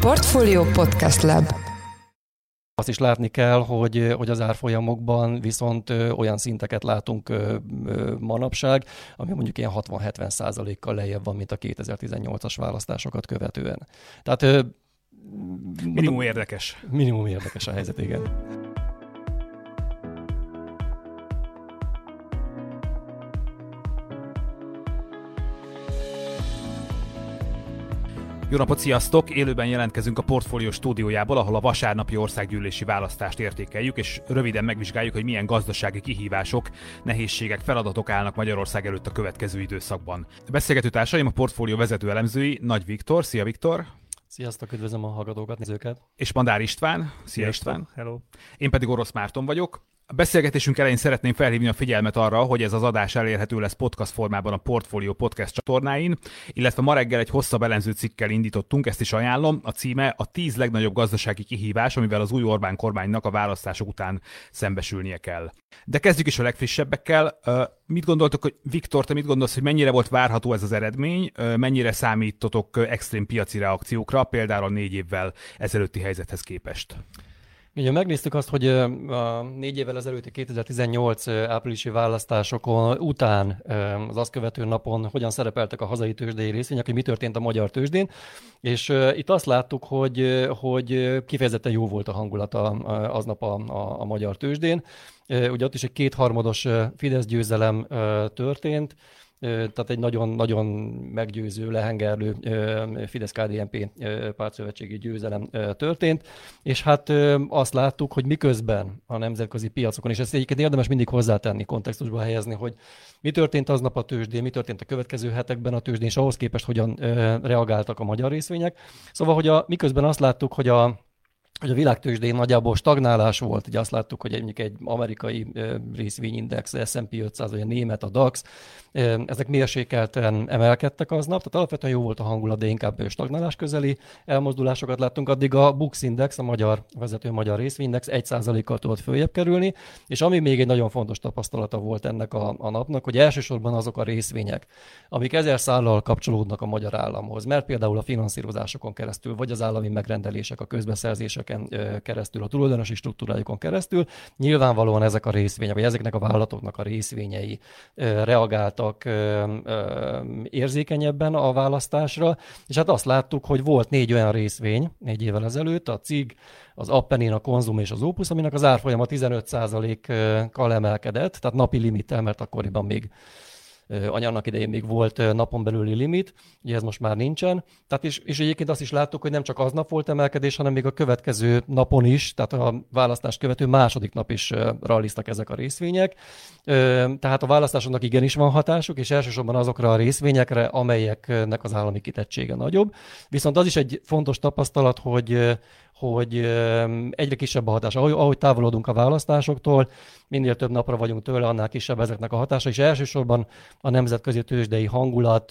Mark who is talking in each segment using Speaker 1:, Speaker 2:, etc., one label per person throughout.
Speaker 1: Portfolio Podcast Lab.
Speaker 2: Azt is látni kell, hogy az árfolyamokban viszont olyan szinteket látunk manapság, ami mondjuk ilyen 60-70%-kal lejjebb van, mint a 2018-as választásokat követően. Tehát
Speaker 3: minimum érdekes.
Speaker 2: Minimum érdekes a helyzet, igen.
Speaker 3: Jó napot, sziasztok! Élőben jelentkezünk a Portfolio stúdiójából, ahol a vasárnapi országgyűlési választást értékeljük, és röviden megvizsgáljuk, hogy milyen gazdasági kihívások, nehézségek, feladatok állnak Magyarország előtt a következő időszakban. A beszélgető társaim a Portfolio vezető elemzői, Nagy Viktor. Szia, Viktor!
Speaker 2: Sziasztok, üdvözlöm a hallgatókat, nézőket!
Speaker 3: És Madár István. Szia,
Speaker 4: sziasztok.
Speaker 3: István!
Speaker 4: Hello!
Speaker 3: Én pedig Orosz Márton vagyok. A beszélgetésünk elején szeretném felhívni a figyelmet arra, hogy ez az adás elérhető lesz podcast formában a Portfolio Podcast csatornáin, illetve ma reggel egy hosszabb elemző cikkel indítottunk, ezt is ajánlom. A címe a 10 legnagyobb gazdasági kihívás, amivel az új Orbán kormánynak a választások után szembesülnie kell. De kezdjük is a legfrissebbekkel. Mit gondoltok, hogy Viktor, te mit gondolsz, hogy mennyire volt várható ez az eredmény, mennyire számítotok extrém piaci reakciókra, például 4 évvel ezelőtti helyzethez képest?
Speaker 2: Ugye megnéztük azt, hogy a 4 évvel ezelőtti 2018 áprilisi választásokon után az azt követő napon hogyan szerepeltek a hazai tőzsdei részvények, hogy mi történt a magyar tőzsdén, és itt azt láttuk, hogy kifejezetten jó volt a hangulata aznap a magyar tőzsdén. Ugye ott is egy kétharmados Fidesz győzelem történt, tehát egy nagyon-nagyon meggyőző, lehengerlő Fidesz-KDNP pártszövetségi győzelem történt, és hát azt láttuk, hogy miközben a nemzetközi piacokon, és ezt egyébként érdemes mindig hozzátenni, kontextusba helyezni, hogy mi történt aznap a tőzsdén, mi történt a következő hetekben a tőzsdén, és ahhoz képest hogyan reagáltak a magyar részvények. Szóval, hogy miközben azt láttuk, hogy a világtőzsdén nagyjából stagnálás volt, ugye azt láttuk, hogy egy amerikai részvényindex, S&P 500, vagy a német, a DAX, ezek mérsékelten emelkedtek aznap, tehát alapvetően jó volt a hangulat, de inkább stagnálás közeli elmozdulásokat láttunk. Addig a Bux Index, a vezető magyar részvényindex 1%-kal tudott följebb kerülni, és ami még egy nagyon fontos tapasztalata volt ennek a napnak, hogy elsősorban azok a részvények, amik ezer szállal kapcsolódnak a magyar államhoz, mert például a finanszírozásokon keresztül, vagy az állami megrendelések, a közbeszerzéseken keresztül, a tulajdonosi struktúrájukon keresztül, nyilvánvalóan ezek a részvények, vagy ezeknek a vállalatoknak a részvényei reagáltak érzékenyebben a választásra, és hát azt láttuk, hogy volt 4 olyan részvény 4 évvel ezelőtt, a CIG, az Appenin, a Konzum és az Opus, aminek az árfolyama 15%-kal emelkedett, tehát napi limittel, mert akkoriban még annak idején még volt napon belüli limit, ugye ez most már nincsen. Tehát és egyébként azt is láttuk, hogy nem csak aznap volt emelkedés, hanem még a következő napon is, tehát a választást követő második nap is ralliztak ezek a részvények. Tehát a választásoknak igenis van hatásuk, és elsősorban azokra a részvényekre, amelyeknek az állami kitettsége nagyobb. Viszont az is egy fontos tapasztalat, hogy egyre kisebb a hatás. Ahogy távolodunk a választásoktól, minél több napra vagyunk tőle, annál kisebb ezeknek a hatása, és elsősorban a nemzetközi tőzsdei hangulat,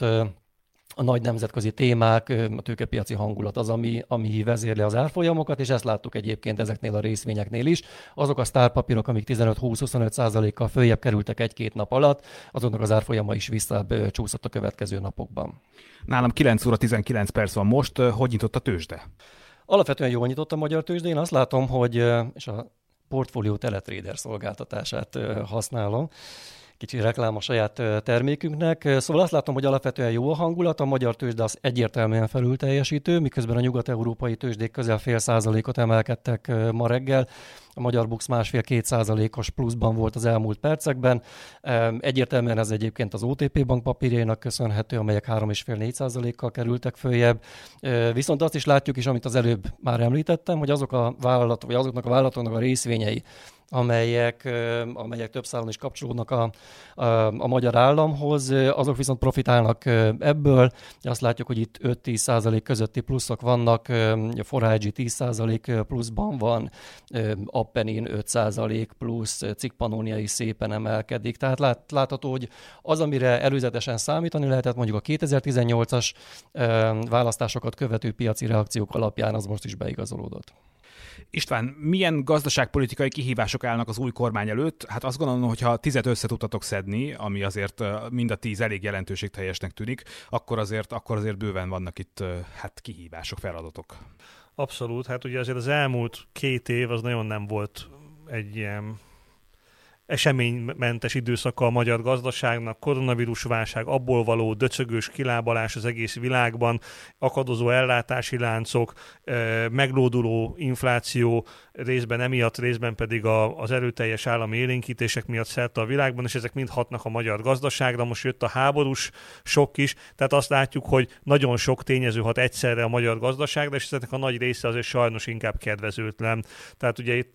Speaker 2: a nagy nemzetközi témák, a tőkepiaci hangulat az, ami vezérli az árfolyamokat, és ezt láttuk egyébként ezeknél a részvényeknél is. Azok a sztárpapírok, amik 15-20-25%-kal följebb kerültek 1-2 nap alatt, azoknak az árfolyama is visszább csúszott a következő napokban.
Speaker 3: Nálam 9 óra 19 perc van most, hogy nyitott a tőzsde?
Speaker 2: Alapvetően jól nyitott a magyar tőzsde. Én azt látom, hogy, és a Portfolio Teletrader szolgáltatását használom, kicsi reklám a saját termékünknek. Szóval azt látom, hogy alapvetően jó a hangulat, a magyar tőzsde az egyértelműen felül teljesítő, miközben a nyugat-európai tőzsdék közel 0,5%-ot emelkedtek ma reggel. A magyar Bux 1,5-2%-os pluszban volt az elmúlt percekben. Egyértelműen ez egyébként az OTP bank papírjainak köszönhető, amelyek 3,5-4%-kal kerültek följebb. Viszont azt is látjuk is, amit az előbb már említettem, hogy azok a vállalatok, vagy azoknak a vállalatoknak a részvényei, amelyek több szálon is kapcsolódnak a magyar államhoz, azok viszont profitálnak ebből. Azt látjuk, hogy itt 5-10% közötti pluszok vannak, a Forage 10% pluszban van, Appenin 5% plusz, CIG Pannonia is szépen emelkedik. Tehát látható, hogy az, amire előzetesen számítani lehetett, mondjuk a 2018-as választásokat követő piaci reakciók alapján, az most is beigazolódott.
Speaker 3: István, milyen gazdaságpolitikai kihívások állnak az új kormány előtt? Hát azt gondolom, hogy ha 10 össze tudtatok szedni, ami azért mind a 10 elég jelentőségteljesnek tűnik, akkor azért bőven vannak itt kihívások, feladatok.
Speaker 4: Abszolút, hát ugye azért az elmúlt 2 év az nagyon nem volt egy ilyen eseménymentes időszaka a magyar gazdaságnak, koronavírus válság, abból való döcögős kilábalás az egész világban, akadozó ellátási láncok, meglóduló infláció, részben emiatt, részben pedig az erőteljes állami élénkítések miatt szerte a világban, és ezek mind hatnak a magyar gazdaságra. Most jött a háborús sok is, tehát azt látjuk, hogy nagyon sok tényező hat egyszerre a magyar gazdaságra, és ezeknek a nagy része azért sajnos inkább kedvezőtlen. Tehát ugye itt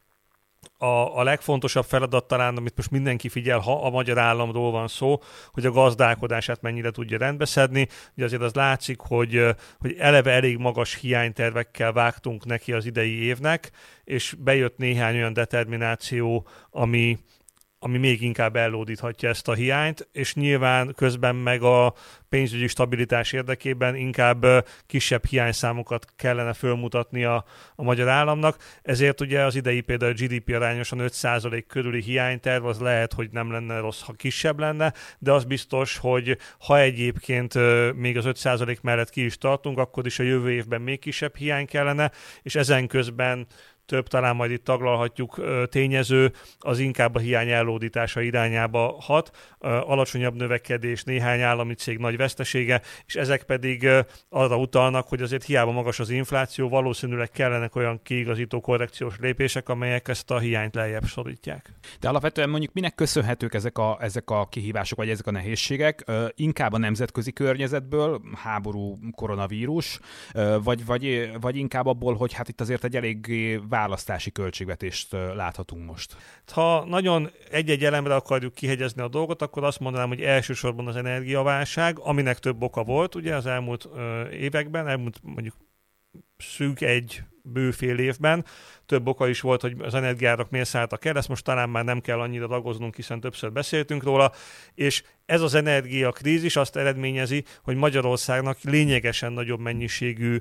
Speaker 4: a legfontosabb feladat talán, amit most mindenki figyel, ha a magyar államról van szó, hogy a gazdálkodását mennyire tudja rendbeszedni. Ugye azért az látszik, hogy eleve elég magas hiánytervekkel vágtunk neki az idei évnek, és bejött néhány olyan determináció, ami még inkább ellódíthatja ezt a hiányt, és nyilván közben meg a pénzügyi stabilitás érdekében inkább kisebb hiányszámokat kellene fölmutatni a magyar államnak. Ezért ugye az idei például a GDP arányosan 5% körüli hiányterv, az lehet, hogy nem lenne rossz, ha kisebb lenne, de az biztos, hogy ha egyébként még az 5% mellett ki is tartunk, akkor is a jövő évben még kisebb hiány kellene, és ezen közben több, talán majd itt taglalhatjuk tényező, az inkább a hiány ellódítása irányába hat, alacsonyabb növekedés, néhány állami cég nagy vesztesége, és ezek pedig arra utalnak, hogy azért hiába magas az infláció, valószínűleg kellenek olyan kiigazító korrekciós lépések, amelyek ezt a hiányt lejjebb szorítják. De
Speaker 3: alapvetően mondjuk minek köszönhetők ezek a kihívások, vagy ezek a nehézségek? Inkább a nemzetközi környezetből, háború, koronavírus, vagy inkább abból, hogy hát itt azért egy elég választási költségvetést láthatunk most?
Speaker 4: Ha nagyon egy-egy elemre akarjuk kihegyezni a dolgot, akkor azt mondanám, hogy elsősorban az energiaválság, aminek több oka volt ugye az elmúlt években, elmúlt mondjuk szűk bő fél évben. Több oka is volt, hogy az energiárak miért szálltak el, ezt most talán már nem kell annyira ragoznunk, hiszen többször beszéltünk róla, és ez az energiakrízis azt eredményezi, hogy Magyarországnak lényegesen nagyobb mennyiségű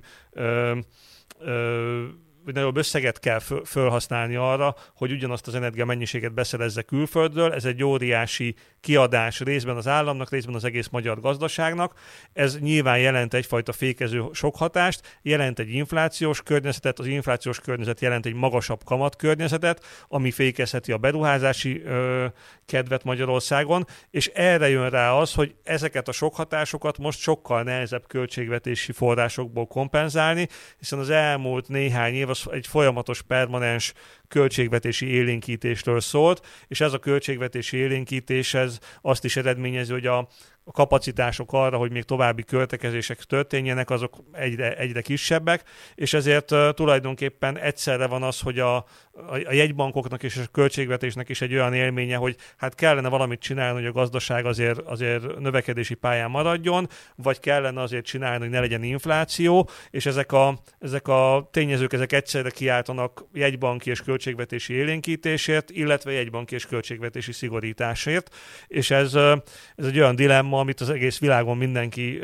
Speaker 4: nagyobb összeget kell felhasználni arra, hogy ugyanazt az energiamennyiséget beszerezze külföldről. Ez egy óriási kiadás részben az államnak, részben az egész magyar gazdaságnak. Ez nyilván jelent egyfajta fékező sokhatást, jelent egy inflációs környezetet, az inflációs környezet jelent egy magasabb kamatkörnyezetet, ami fékezheti a beruházási kedvet Magyarországon, és erre jön rá az, hogy ezeket a sokhatásokat most sokkal nehezebb költségvetési forrásokból kompenzálni, hiszen az elmúlt néhány év az egy folyamatos, permanens költségvetési élénkítésről szólt, és ez a költségvetési élénkítés ez azt is eredményezi, hogy a kapacitások arra, hogy még további költekezések történjenek, azok egyre kisebbek, és ezért tulajdonképpen egyszerre van az, hogy a jegybankoknak és a költségvetésnek is egy olyan élménye, hogy hát kellene valamit csinálni, hogy a gazdaság azért növekedési pályán maradjon, vagy kellene azért csinálni, hogy ne legyen infláció, és ezek a tényezők ezek egyszerre kiáltanak jegybanki és költségvetési élénkítésért, illetve jegybanki és költségvetési szigorításért, és ez egy olyan dilemma, amit az egész világon mindenki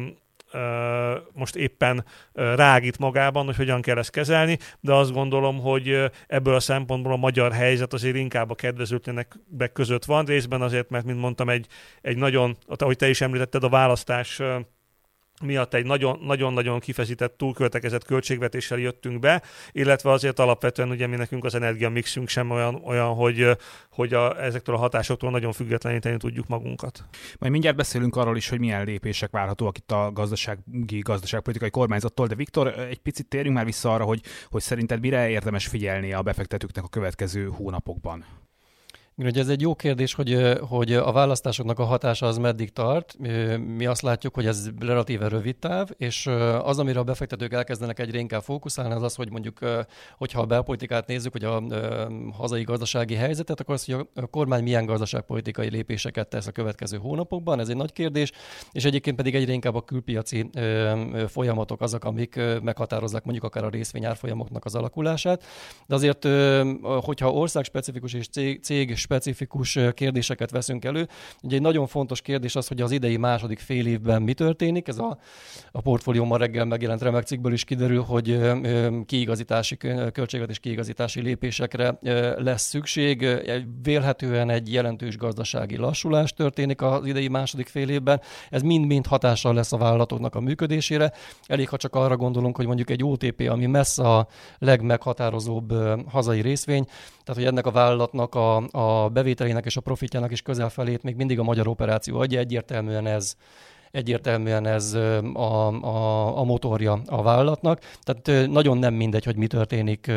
Speaker 4: most éppen rágít magában, hogy hogyan kell ezt kezelni, de azt gondolom, hogy ebből a szempontból a magyar helyzet azért inkább a kedvezőtlenek között van, részben azért, mert, mint mondtam, egy nagyon, ahogy te is említetted, a választás miatt egy nagyon-nagyon kifeszített, túlköltekezett költségvetéssel jöttünk be, illetve azért alapvetően ugye mi nekünk az energiamixünk sem olyan hogy ezektől a hatásoktól nagyon függetleníteni tudjuk magunkat.
Speaker 3: Majd mindjárt beszélünk arról is, hogy milyen lépések várhatóak itt a gazdaságpolitikai kormányzattól, de Viktor, egy picit térjünk már vissza arra, hogy szerinted mire érdemes figyelni a befektetőknek a következő hónapokban.
Speaker 2: Ugye ez egy jó kérdés, hogy a választásoknak a hatása az meddig tart. Mi azt látjuk, hogy ez relatíve rövid táv, és az, amire a befektetők elkezdenek egyre inkább fókuszálni, az az, hogy mondjuk, hogyha a belpolitikát nézzük, hogy a hazai gazdasági helyzetet, akkor az, hogy a kormány milyen gazdaságpolitikai lépéseket tesz a következő hónapokban, ez egy nagy kérdés, és egyébként pedig egyre inkább a külpiaci folyamatok azok, amik meghatározzák mondjuk akár a részvényárfolyamoknak az alakulását. De azért, hogyha országspecifikus és cég specifikus kérdéseket veszünk elő. Ugye egy nagyon fontos kérdés az, hogy az idei második fél évben mi történik. Ez a Portfólió ma reggel megjelent remek cikkből is kiderül, hogy költségvetés kiigazítási lépésekre lesz szükség. Vélhetően egy jelentős gazdasági lassulás történik az idei második fél évben. Ez mind-mind hatással lesz a vállalatoknak a működésére. Elég, ha csak arra gondolunk, hogy mondjuk egy OTP, ami messze a legmeghatározóbb hazai részvény, tehát hogy ennek a vállalatnak a bevételének és a profitjának is közel felét még mindig a magyar operáció adja, egyértelműen ez a motorja a vállalatnak. Tehát nagyon nem mindegy, hogy mi történik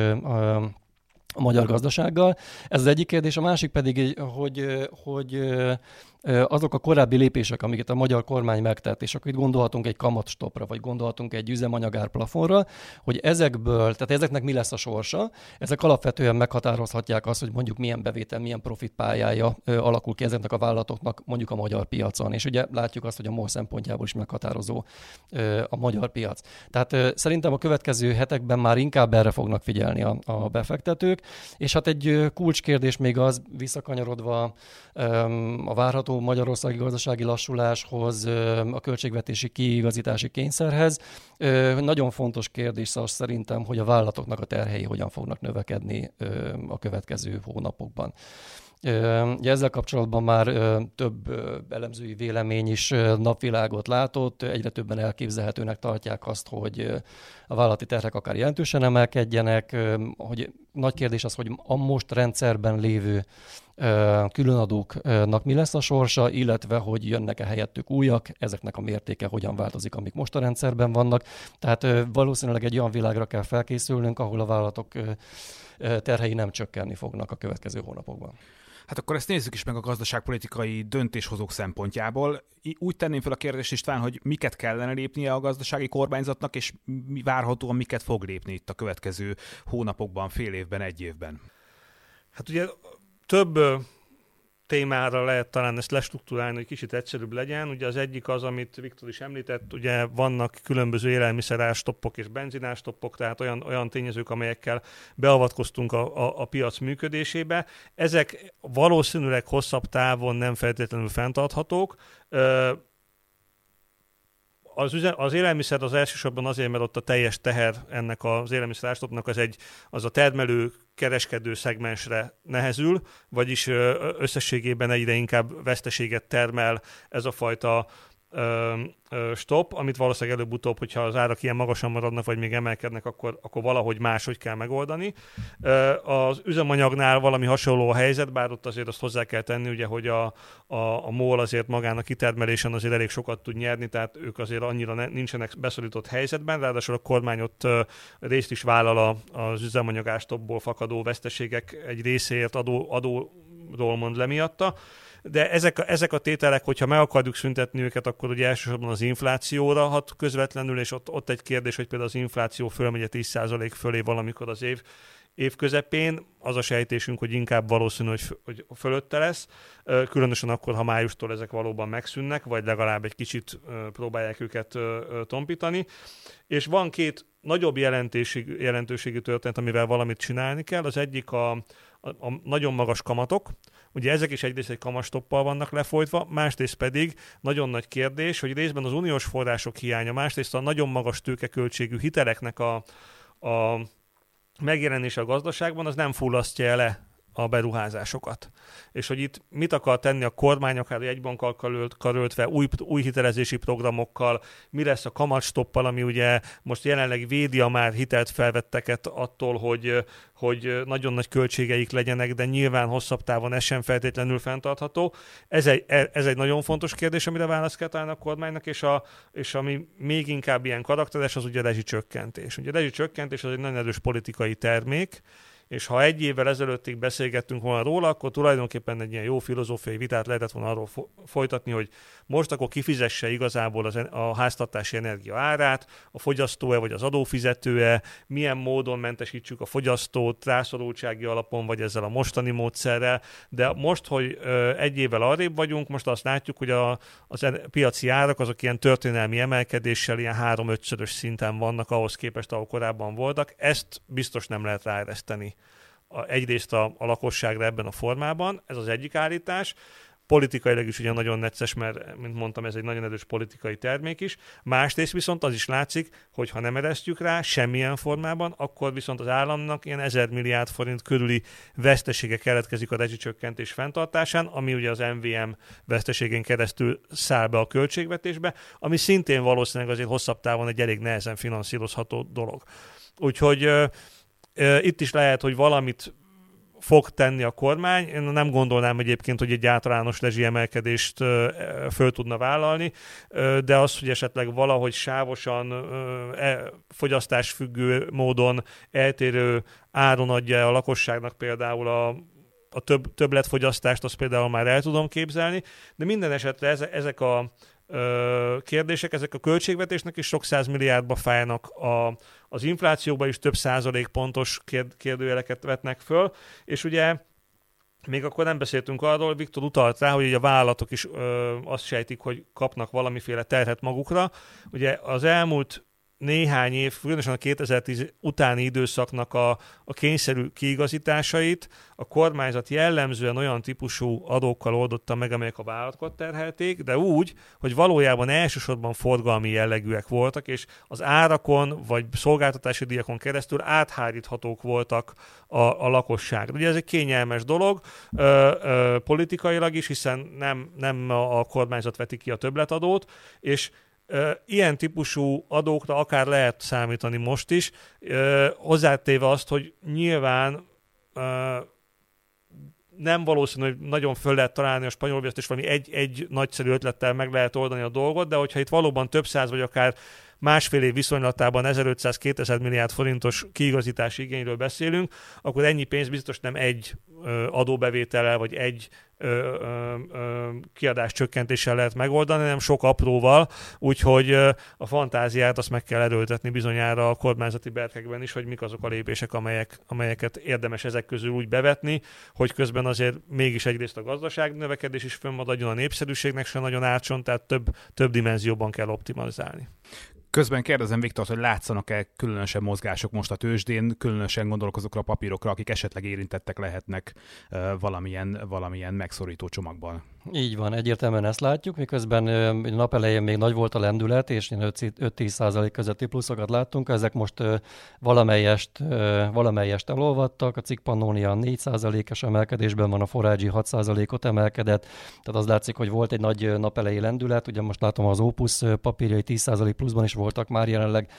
Speaker 2: a magyar gazdasággal. Ez az egyik kérdés. A másik pedig, hogy azok a korábbi lépések, amiket a magyar kormány megtett, és akkor itt gondolhatunk egy kamatstopra, vagy gondolhatunk egy üzemanyagárplafonra, hogy ezeknek mi lesz a sorsa, ezek alapvetően meghatározhatják azt, hogy mondjuk milyen bevétel, milyen profit pályája alakul ki ezeknek a vállalatoknak mondjuk a magyar piacon. És ugye látjuk azt, hogy a MOL szempontjából is meghatározó a magyar piac. Tehát szerintem a következő hetekben már inkább erre fognak figyelni a befektetők, és hát egy kulcskérdés még az, visszakanyarodva a várható magyarországi gazdasági lassuláshoz, a költségvetési kiigazítási kényszerhez. Nagyon fontos kérdés az szerintem, hogy a vállalatoknak a terhei hogyan fognak növekedni a következő hónapokban. Ezzel kapcsolatban már több elemzői vélemény is napvilágot látott, egyre többen elképzelhetőnek tartják azt, hogy a vállalati terhek akár jelentősen emelkedjenek, hogy nagy kérdés az, hogy a most rendszerben lévő különadóknak mi lesz a sorsa, illetve hogy jönnek-e helyettük újak, ezeknek a mértéke hogyan változik, amik most a rendszerben vannak. Tehát valószínűleg egy olyan világra kell felkészülnünk, ahol a vállalatok terhei nem csökkenni fognak a következő hónapokban.
Speaker 3: Hát akkor ezt nézzük is meg a gazdaságpolitikai döntéshozók szempontjából. Úgy tenném fel a kérdést, István, hogy miket kellene lépnie a gazdasági kormányzatnak, és várhatóan miket fog lépni itt a következő hónapokban, fél évben, egy évben?
Speaker 4: Hát ugye több témára lehet talán ezt lestruktúrálni, hogy kicsit egyszerűbb legyen. Ugye az egyik az, amit Viktor is említett, ugye vannak különböző élelmiszerárstoppok és benzinárstoppok, tehát olyan tényezők, amelyekkel beavatkoztunk a piac működésébe. Ezek valószínűleg hosszabb távon nem feltétlenül fenntarthatók. Az élelmiszer az elsősorban azért, mert ott a teljes teher ennek az élelmiszerárstoppnak az a termelő kereskedő szegmensre nehezül, vagyis összességében egyre inkább veszteséget termel ez a fajta stop, amit valószínűleg előbb-utóbb, hogyha az árak ilyen magasan maradnak, vagy még emelkednek, akkor valahogy máshogy kell megoldani. Az üzemanyagnál valami hasonló a helyzet, bár ott azért azt hozzá kell tenni, ugye, hogy a MOL azért magának kitermelésen azért elég sokat tud nyerni, tehát ők azért annyira nincsenek beszorított helyzetben, ráadásul a kormány ott részt is vállal az üzemanyagárstoppból fakadó veszteségek egy részéért adóról mond le miatta. De ezek a tételek, hogyha meg akarjuk szüntetni őket, akkor ugye elsősorban az inflációra hat közvetlenül, és ott egy kérdés, hogy például az infláció fölmegy 10% fölé valamikor az év közepén. Az a sejtésünk, hogy inkább valószínű, hogy fölötte lesz, különösen akkor, ha májustól ezek valóban megszűnnek, vagy legalább egy kicsit próbálják őket tompítani. És van két nagyobb jelentőségű történet, amivel valamit csinálni kell. Az egyik a nagyon magas kamatok. Ugye ezek is egyrészt egy kamatstoppal vannak lefolytva, másrészt pedig nagyon nagy kérdés, hogy részben az uniós források hiánya, másrészt a nagyon magas tőkeköltségű hiteleknek a megjelenése a gazdaságban, az nem fullasztja le a beruházásokat. És hogy itt mit akar tenni a kormány, akár egy bankkal karöltve, új hitelezési programokkal, mi lesz a kamatstoppal, ami ugye most jelenleg védi a már hitelt felvetteket attól, hogy nagyon nagy költségeik legyenek, de nyilván hosszabb távon ez sem feltétlenül fenntartható. Ez egy nagyon fontos kérdés, amire választ kell találni a kormánynak, és ami még inkább ilyen karakteres, az ugye a rezsicsökkentés. Ugye a rezsicsökkentés az egy nagyon erős politikai termék, és ha egy évvel ezelőttig beszélgettünk volna róla, akkor tulajdonképpen egy ilyen jó filozófiai vitát lehetett volna arról folytatni, hogy most akkor kifizesse igazából a háztartási energia árát, a fogyasztó-e vagy az adófizető-e, milyen módon mentesítsük a fogyasztót, rászorultsági alapon vagy ezzel a mostani módszerrel, de most, hogy egy évvel arrébb vagyunk, most azt látjuk, hogy az piaci árak azok ilyen történelmi emelkedéssel ilyen 3-5-szörös szinten vannak ahhoz képest, ahol korábban voltak. Ezt biztos nem lehet ráereszteni egyrészt a lakosságra ebben a formában, ez az egyik állítás. Politikailag is ugye nagyon necces, mert, mint mondtam, ez egy nagyon erős politikai termék is. Másrészt viszont az is látszik, hogy ha nem eresztjük rá semmilyen formában, akkor viszont az államnak ilyen 1000 milliárd forint körüli vesztesége keletkezik a rezsicsökkentés fenntartásán, ami ugye az MVM veszteségén keresztül száll be a költségvetésbe, ami szintén valószínűleg azért hosszabb távon egy elég nehezen finanszírozható dolog. Úgyhogy itt is lehet, hogy valamit fog tenni a kormány. Én nem gondolnám egyébként, hogy egy általános rezsiemelkedést föl tudna vállalni, de az, hogy esetleg valahogy sávosan, fogyasztásfüggő módon eltérő áron adja a lakosságnak például a többletfogyasztást, azt például már el tudom képzelni, de minden esetre ezek a kérdések, ezek a költségvetésnek is sok 100 milliárdba fájnak, az inflációban is több százalékpontos kérdőjeleket vetnek föl, és ugye még akkor nem beszéltünk arról, Viktor utalt rá, hogy a vállalatok is azt sejtik, hogy kapnak valamiféle terhet magukra. Ugye az elmúlt néhány év, különösen a 2010 utáni időszaknak a kényszerű kiigazításait a kormányzat jellemzően olyan típusú adókkal oldotta meg, amelyek a vállalatokat terhelték, de úgy, hogy valójában elsősorban forgalmi jellegűek voltak, és az árakon vagy szolgáltatási díjakon keresztül átháríthatók voltak a lakosságra. Ugye ez egy kényelmes dolog, politikailag is, hiszen nem a kormányzat veti ki a többletadót, és ilyen típusú adókra akár lehet számítani most is, hozzátéve azt, hogy nyilván nem valószínű, hogy nagyon föl lehet találni a spanyol viaszt, és valami egy nagyszerű ötlettel meg lehet oldani a dolgot, de hogyha itt valóban több száz vagy akár másfél év viszonylatában 1500-2000 milliárd forintos kiigazítási igényről beszélünk, akkor ennyi pénz biztos nem egy adóbevétellel vagy egy kiadás csökkentéssel lehet megoldani, hanem sok apróval, úgyhogy a fantáziát azt meg kell erőltetni bizonyára a kormányzati berkekben is, hogy mik azok a lépések, amelyeket érdemes ezek közül úgy bevetni, hogy közben azért mégis egyrészt a gazdaság növekedés is fönnmaradjon, a népszerűségnek sem nagyon átson, tehát több dimenzióban kell optimalizálni.
Speaker 3: Közben kérdezem Viktort, hogy látszanak-e különösebb mozgások most a tőzsdén, különösen gondolok azokra a papírokra, akik esetleg érintettek lehetnek valamilyen megszorító csomagban.
Speaker 2: Így van, egyértelműen ezt látjuk, miközben nap elején még nagy volt a lendület, és 5-10% közötti pluszokat láttunk, ezek most valamelyest elolvadtak, a Cikk Pannonia 4%-es emelkedésben van, a Forágyi 6%-ot emelkedett, tehát az látszik, hogy volt egy nagy nap elejé lendület, ugye most látom az Opus papírjai 10% pluszban is voltak már jelenleg,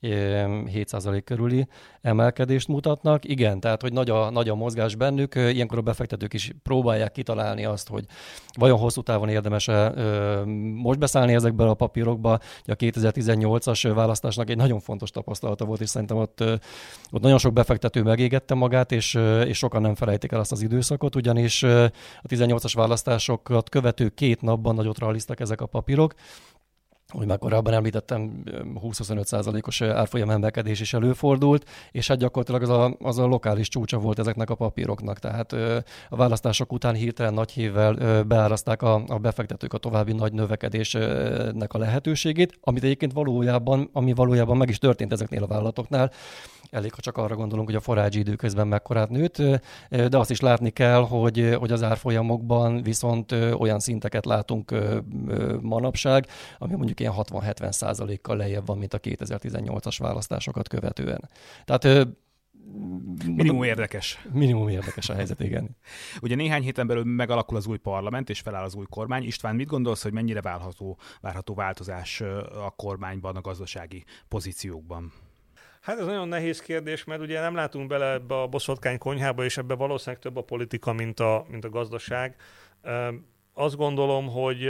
Speaker 2: 7% körüli emelkedést mutatnak. Igen, tehát, hogy nagy a mozgás bennük, ilyenkor a befektetők is próbálják kitalálni azt, hogy vajon hosszú távon érdemes-e most beszállni ezekből a papírokba. A 2018-as választásnak egy nagyon fontos tapasztalata volt, és szerintem ott nagyon sok befektető megégette magát, és sokan nem felejtik el azt az időszakot, ugyanis a 18-as választásokat követő 2 napban nagyot ralliztak ezek a papírok. Hogy már korábban említettem, 20-25%-os árfolyam emelkedés is előfordult, és hát gyakorlatilag az a lokális csúcsa volt ezeknek a papíroknak. Tehát a választások után hirtelen nagy hívvel beárazták a befektetők a további nagy növekedésnek a lehetőségét, amit egyébként valójában meg is történt ezeknél a vállalatoknál. Elég, ha csak arra gondolunk, hogy a Forágyi időközben mekkorát nőtt, de azt is látni kell, hogy az árfolyamokban viszont olyan szinteket látunk manapság, ami mondjuk ilyen 60-70%-kal lejjebb van, mint a 2018-as választásokat követően. Tehát
Speaker 3: minimum érdekes.
Speaker 2: Minimum érdekes a helyzet, igen.
Speaker 3: Ugye néhány héten belül megalakul az új parlament, és feláll az új kormány. István, mit gondolsz, hogy mennyire várható változás a kormányban, a gazdasági pozíciókban?
Speaker 4: Hát ez nagyon nehéz kérdés, mert ugye nem látunk bele ebbe a boszorkány konyhába, és ebbe valószínűleg több a politika, mint a gazdaság. Azt gondolom, hogy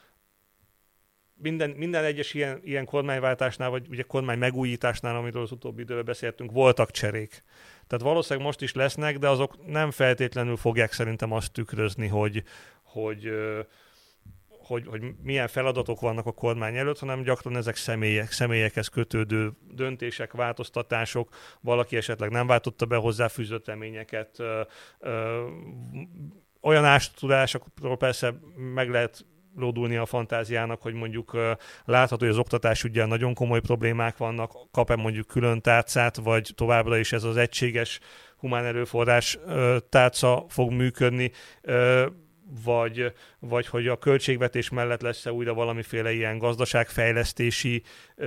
Speaker 4: minden egyes ilyen kormányváltásnál, vagy ugye kormány megújításnál, amiről az utóbbi időben beszéltünk, voltak cserék. Tehát valószínűleg most is lesznek, de azok nem feltétlenül fogják szerintem azt tükrözni, hogy milyen feladatok vannak a kormány előtt, hanem gyakran ezek személyekhez kötődő döntések, változtatások, valaki esetleg nem váltotta be hozzáfűzött reményeket. Olyan ástudásokról persze meg lehet lódulnia a fantáziának, hogy mondjuk látható, hogy az oktatásügyen nagyon komoly problémák vannak, kap-e mondjuk külön tárcát, vagy továbbra is ez az egységes humán erőforrás tárca fog működni, vagy hogy a költségvetés mellett lesz-e újra valamiféle ilyen gazdaságfejlesztési,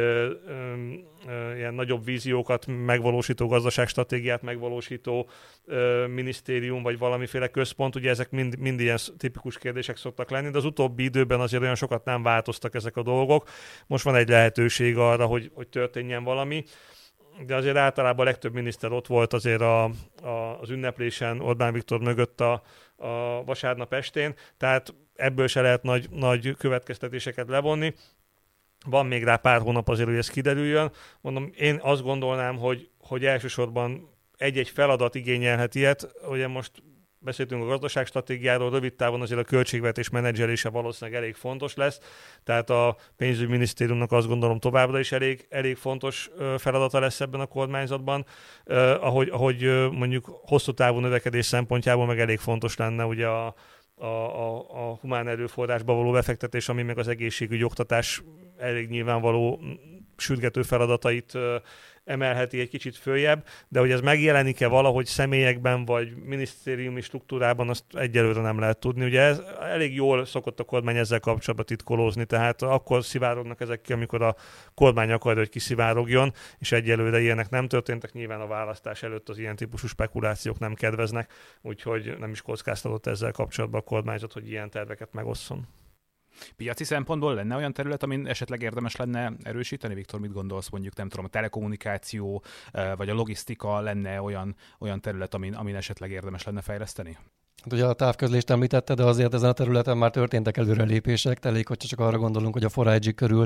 Speaker 4: ilyen nagyobb víziókat megvalósító, gazdaságstratégiát megvalósító minisztérium, vagy valamiféle központ. Ugye ezek mind ilyen tipikus kérdések szoktak lenni, de az utóbbi időben azért olyan sokat nem változtak ezek a dolgok. Most van egy lehetőség arra, hogy történjen valami. De azért általában a legtöbb miniszter ott volt azért az ünneplésen Orbán Viktor mögött a vasárnap estén, tehát ebből se lehet nagy következtetéseket levonni. Van még rá pár hónap azért, hogy ez kiderüljön. Mondom, én azt gondolnám, hogy elsősorban egy-egy feladat igényelhet ilyet. Ugye most beszéltünk a gazdaságstratégiáról, rövid távon azért a költségvetés menedzselése valószínűleg elég fontos lesz, tehát a pénzügyminisztériumnak azt gondolom továbbra is elég fontos feladata lesz ebben a kormányzatban, ahogy mondjuk hosszú távú növekedés szempontjából meg elég fontos lenne ugye a humán erőforrásba való befektetés, ami meg az egészségügy, oktatás elég nyilvánvaló sürgető feladatait emelheti egy kicsit följebb, de hogy ez megjelenik-e valahogy személyekben, vagy minisztériumi struktúrában, azt egyelőre nem lehet tudni. Ugye ez elég jól szokott a kormány ezzel kapcsolatban titkolózni, tehát akkor szivárognak ezek ki, amikor a kormány akarja, hogy kiszivárogjon, és egyelőre ilyenek nem történtek. Nyilván a választás előtt az ilyen típusú spekulációk nem kedveznek, úgyhogy nem is kockáztatott ezzel kapcsolatban a kormányzat, hogy ilyen terveket megosszon.
Speaker 3: Piaci szempontból lenne olyan terület, amin esetleg érdemes lenne erősíteni? Viktor, mit gondolsz, mondjuk nem tudom, a telekommunikáció vagy a logisztika lenne olyan terület, amin esetleg érdemes lenne fejleszteni?
Speaker 2: Hát ugye a távközlést említette, de azért ezen a területen már történtek előrelépések, elég, hogyha csak arra gondolunk, hogy a 4G körül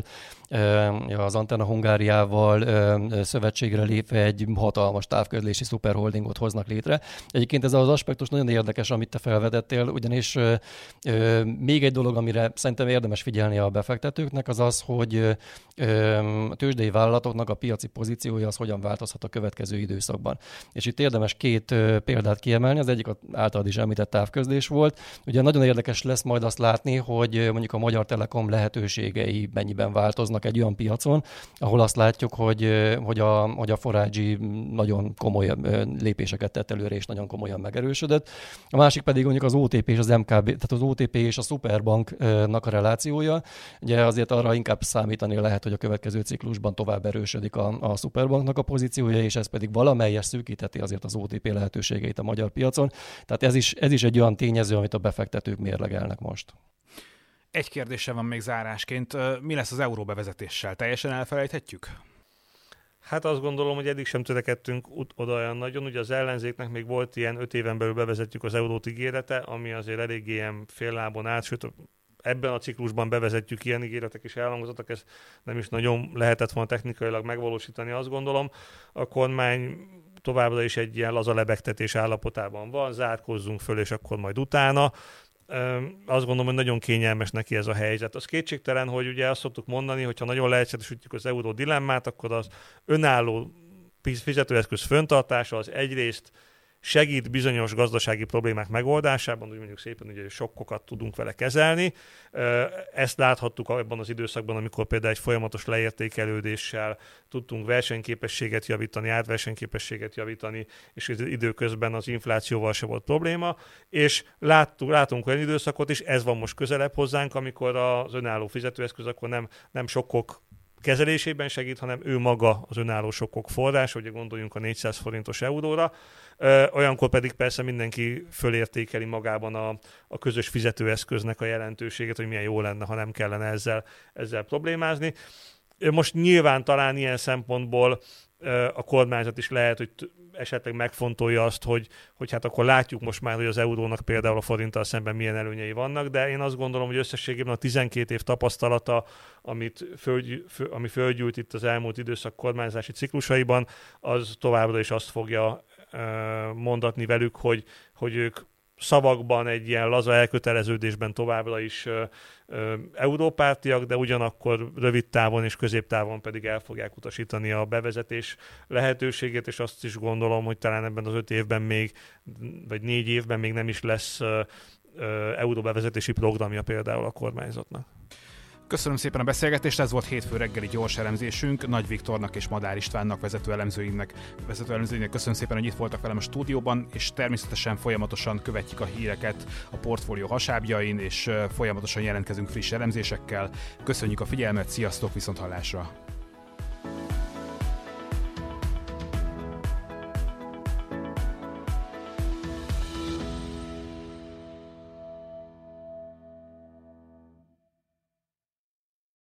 Speaker 2: az Antenna Hungáriával szövetségre lépve egy hatalmas távközlési szuperholdingot hoznak létre. Egyébként ez az aspektus nagyon érdekes, amit te felvetettél, ugyanis még egy dolog, amire szerintem érdemes figyelni a befektetőknek, az az, hogy a tőzsdei vállalatoknak a piaci pozíciója az hogyan változhat a következő időszakban. És itt érdemes két példát kiemelni, az egyik általad is említett távközlés volt. Ugye nagyon érdekes lesz majd azt látni, hogy mondjuk a Magyar Telekom lehetőségei mennyiben változnak egy olyan piacon, ahol azt látjuk, hogy a 4G nagyon komoly lépéseket tett előre, és nagyon komolyan megerősödött. A másik pedig mondjuk az OTP és az MKB, tehát az OTP és a Superbanknak a relációja. Ugye azért arra inkább számítani lehet, hogy a következő ciklusban tovább erősödik a Superbanknak a pozíciója, és ez pedig valamelyes szűkítheti azért az OTP lehetőségeit a magyar piacon. Tehát ez is egy olyan tényező, amit a befektetők mérlegelnek most.
Speaker 3: Egy kérdésem van még zárásként. Mi lesz az euró bevezetéssel? Teljesen elfelejthetjük?
Speaker 4: Hát azt gondolom, hogy eddig sem törekedtünk oda olyan nagyon. Ugye az ellenzéknek még volt ilyen 5 éven belül bevezetjük az eurót ígérete, ami azért elég ilyen fél lábon át, sőt ebben a ciklusban bevezetjük, ilyen ígéretek is elhangzottak, ez nem is nagyon lehetett volna technikailag megvalósítani, azt gondolom. A kormány továbbra is egy ilyen laza lebegtetés állapotában van, zárkózzunk föl, és akkor majd utána. Azt gondolom, hogy nagyon kényelmes neki ez a helyzet. Az kétségtelen, hogy ugye azt szoktuk mondani, hogyha nagyon leegyszerűsítjük az euró dilemmát, akkor az önálló fizetőeszköz föntartása az egyrészt segít bizonyos gazdasági problémák megoldásában, úgy mondjuk szépen, hogy sokkokat tudunk vele kezelni. Ezt láthattuk abban az időszakban, amikor például egy folyamatos leértékelődéssel tudtunk versenyképességet javítani, árversenyképességet javítani, és időközben az inflációval se volt probléma. És látunk olyan időszakot is, ez van most közelebb hozzánk, amikor az önálló fizetőeszköz akkor nem sokkok kezelésében segít, hanem ő maga az önálló sokkok forrás, ugye gondoljunk a 400 forintos euróra. Olyankor pedig persze mindenki fölértékeli magában a közös fizetőeszköznek a jelentőségét, hogy milyen jó lenne, ha nem kellene ezzel problémázni. Most nyilván talán ilyen szempontból a kormányzat is lehet, hogy esetleg megfontolja azt, hogy hát akkor látjuk most már, hogy az eurónak például a forinttal szemben milyen előnyei vannak, de én azt gondolom, hogy összességében a 12 év tapasztalata, ami fölgyűlt itt az elmúlt időszak kormányzási ciklusaiban, az továbbra is azt fogja mondatni velük, hogy ők szavakban egy ilyen laza elköteleződésben továbbra is európártiak, de ugyanakkor rövid távon és középtávon pedig el fogják utasítani a bevezetés lehetőségét, és azt is gondolom, hogy talán ebben az 5 évben még, vagy 4 évben még nem is lesz euróbevezetési programja például a kormányzatnak.
Speaker 3: Köszönöm szépen a beszélgetést, ez volt hétfő reggeli gyors elemzésünk. Nagy Viktornak és Madár Istvánnak, vezető elemzőinknek köszönöm szépen, hogy itt voltak velem a stúdióban, és természetesen folyamatosan követjük a híreket a portfólió hasábjain, és folyamatosan jelentkezünk friss elemzésekkel. Köszönjük a figyelmet, sziasztok, viszonthallásra!